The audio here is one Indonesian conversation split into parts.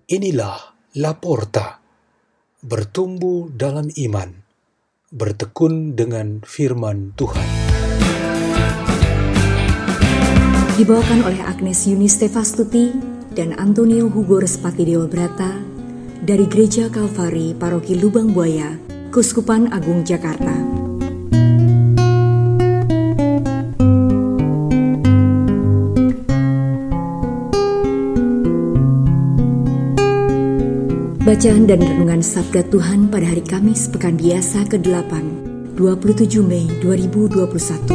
Inilah Laporta, bertumbuh dalam iman, bertekun dengan firman Tuhan. Dibawakan oleh Agnes Yunistefastuti dan Antonio Hugo Respati Dewabrata dari Gereja Kalvari Paroki Lubang Buaya, Keuskupan Agung Jakarta. Bacaan dan renungan Sabda Tuhan pada hari Kamis Pekan Biasa ke-8, 27 Mei 2021.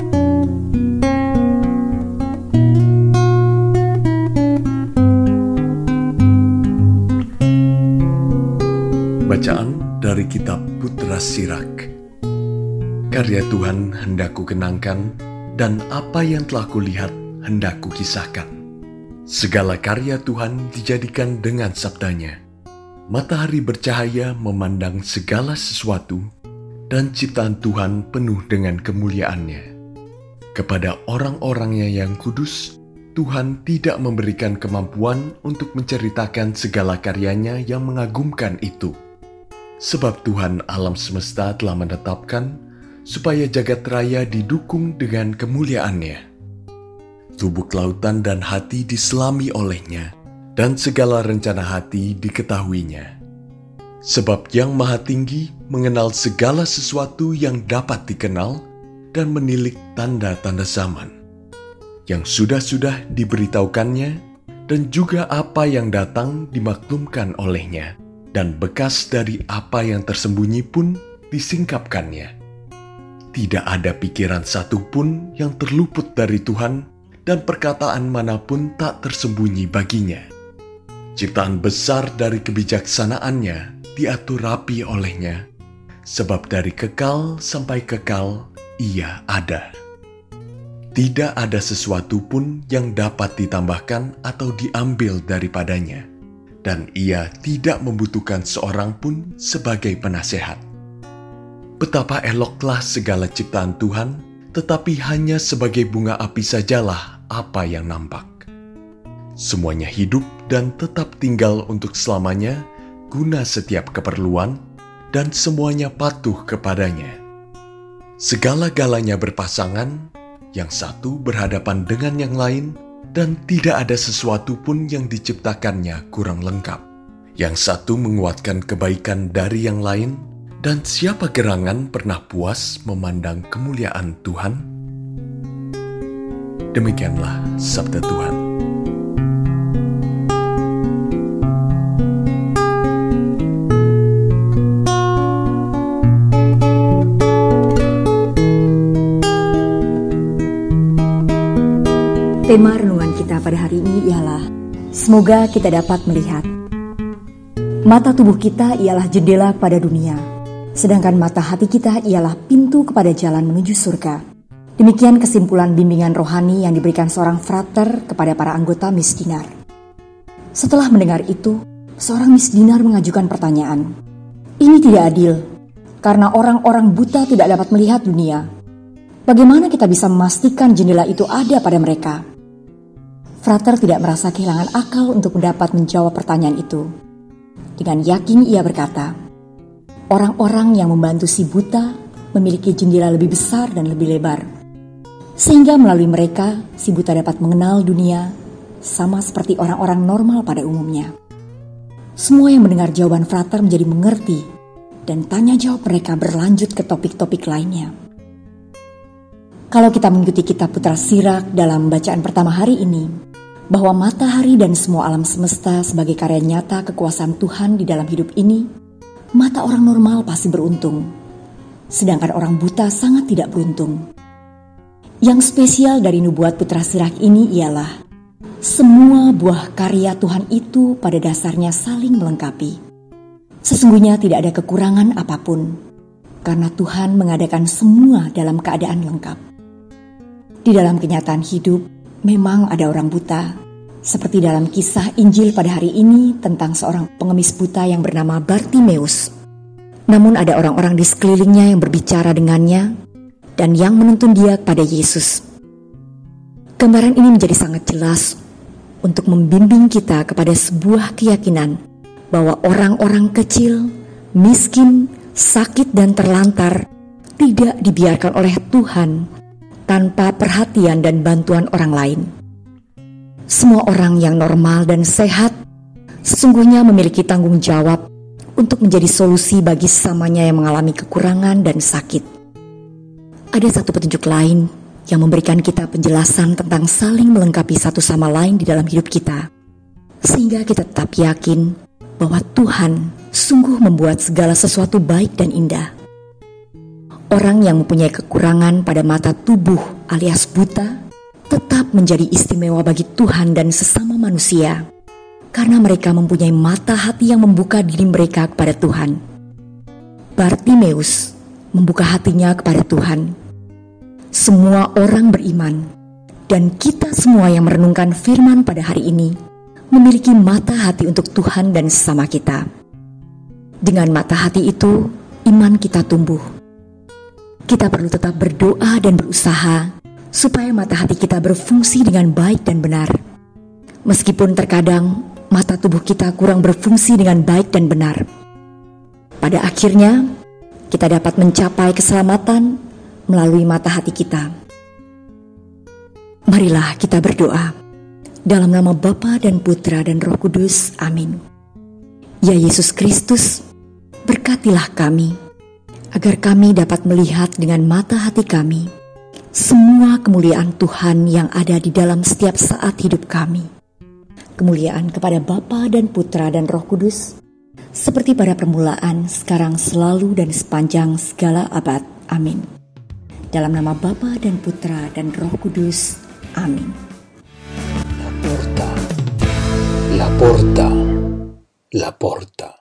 Bacaan dari kitab Putra Sirak. Karya Tuhan hendak ku kenangkan, dan apa yang telah kulihat hendak ku kisahkan. Segala karya Tuhan dijadikan dengan sabdanya. Matahari bercahaya memandang segala sesuatu, dan ciptaan Tuhan penuh dengan kemuliaannya. Kepada orang-orangnya yang kudus, Tuhan tidak memberikan kemampuan untuk menceritakan segala karyanya yang mengagumkan itu. Sebab Tuhan alam semesta telah menetapkan supaya jagat raya didukung dengan kemuliaannya. Lubuk lautan dan hati diselami olehnya, dan segala rencana hati diketahuinya. Sebab Yang Maha Tinggi mengenal segala sesuatu yang dapat dikenal dan menilik tanda-tanda zaman, yang sudah-sudah diberitahukannya, dan juga apa yang datang dimaklumkan olehnya, dan bekas dari apa yang tersembunyi pun disingkapkannya. Tidak ada pikiran satupun yang terluput dari Tuhan, dan perkataan manapun tak tersembunyi baginya. Ciptaan besar dari kebijaksanaannya diatur rapi olehnya, sebab dari kekal sampai kekal ia ada. Tidak ada sesuatu pun yang dapat ditambahkan atau diambil daripadanya, dan ia tidak membutuhkan seorang pun sebagai penasehat. Betapa eloklah segala ciptaan Tuhan, tetapi hanya sebagai bunga api sajalah apa yang nampak. Semuanya hidup dan tetap tinggal untuk selamanya, guna setiap keperluan, dan semuanya patuh kepadanya. Segala-galanya berpasangan, yang satu berhadapan dengan yang lain, dan tidak ada sesuatu pun yang diciptakannya kurang lengkap. Yang satu menguatkan kebaikan dari yang lain, dan siapa gerangan pernah puas memandang kemuliaan Tuhan? Demikianlah sabda Tuhan. Tema renungan kita pada hari ini ialah semoga kita dapat melihat. Mata tubuh kita ialah jendela kepada dunia, sedangkan mata hati kita ialah pintu kepada jalan menuju surga. Demikian kesimpulan bimbingan rohani yang diberikan seorang frater kepada para anggota Miss Dinar. Setelah mendengar itu, seorang Miss Dinar mengajukan pertanyaan. Ini tidak adil, karena orang-orang buta tidak dapat melihat dunia. Bagaimana kita bisa memastikan jendela itu ada pada mereka? Frater tidak merasa kehilangan akal untuk mendapat menjawab pertanyaan itu. Dengan yakin ia berkata, orang-orang yang membantu si buta memiliki jendela lebih besar dan lebih lebar, sehingga melalui mereka si buta dapat mengenal dunia sama seperti orang-orang normal pada umumnya. Semua yang mendengar jawaban Frater menjadi mengerti, dan tanya jawab mereka berlanjut ke topik-topik lainnya. Kalau kita mengikuti kitab Putra Sirak dalam bacaan pertama hari ini, bahwa matahari dan semua alam semesta sebagai karya nyata kekuasaan Tuhan di dalam hidup ini, mata orang normal pasti beruntung, sedangkan orang buta sangat tidak beruntung. Yang spesial dari nubuat Putra Sirak ini ialah semua buah karya Tuhan itu pada dasarnya saling melengkapi. Sesungguhnya tidak ada kekurangan apapun, karena Tuhan mengadakan semua dalam keadaan lengkap. Di dalam kenyataan hidup, memang ada orang buta, seperti dalam kisah Injil pada hari ini tentang seorang pengemis buta yang bernama Bartimeus. Namun ada orang-orang di sekelilingnya yang berbicara dengannya dan yang menuntun dia kepada Yesus. Gambaran ini menjadi sangat jelas untuk membimbing kita kepada sebuah keyakinan bahwa orang-orang kecil, miskin, sakit dan terlantar tidak dibiarkan oleh Tuhan tanpa perhatian dan bantuan orang lain. Semua orang yang normal dan sehat sesungguhnya memiliki tanggung jawab untuk menjadi solusi bagi sesamanya yang mengalami kekurangan dan sakit. Ada satu petunjuk lain yang memberikan kita penjelasan tentang saling melengkapi satu sama lain di dalam hidup kita, sehingga kita tetap yakin bahwa Tuhan sungguh membuat segala sesuatu baik dan indah. Orang yang mempunyai kekurangan pada mata tubuh alias buta tetap menjadi istimewa bagi Tuhan dan sesama manusia, karena mereka mempunyai mata hati yang membuka diri mereka kepada Tuhan. Bartimeus membuka hatinya kepada Tuhan. Semua orang beriman, dan kita semua yang merenungkan firman pada hari ini, memiliki mata hati untuk Tuhan dan sesama kita. Dengan mata hati itu, iman kita tumbuh. Kita perlu tetap berdoa dan berusaha supaya mata hati kita berfungsi dengan baik dan benar. Meskipun terkadang mata tubuh kita kurang berfungsi dengan baik dan benar. Pada akhirnya, kita dapat mencapai keselamatan melalui mata hati kita. Marilah kita berdoa. Dalam nama Bapa dan Putra dan Roh Kudus. Amin. Ya Yesus Kristus, berkatilah kami, agar kami dapat melihat dengan mata hati kami semua kemuliaan Tuhan yang ada di dalam setiap saat hidup kami. Kemuliaan kepada Bapa dan Putra dan Roh Kudus, seperti pada permulaan, sekarang, selalu, dan sepanjang segala abad. Amin. Dalam nama Bapa dan Putra dan Roh Kudus. Amin. La porta, la porta, la porta.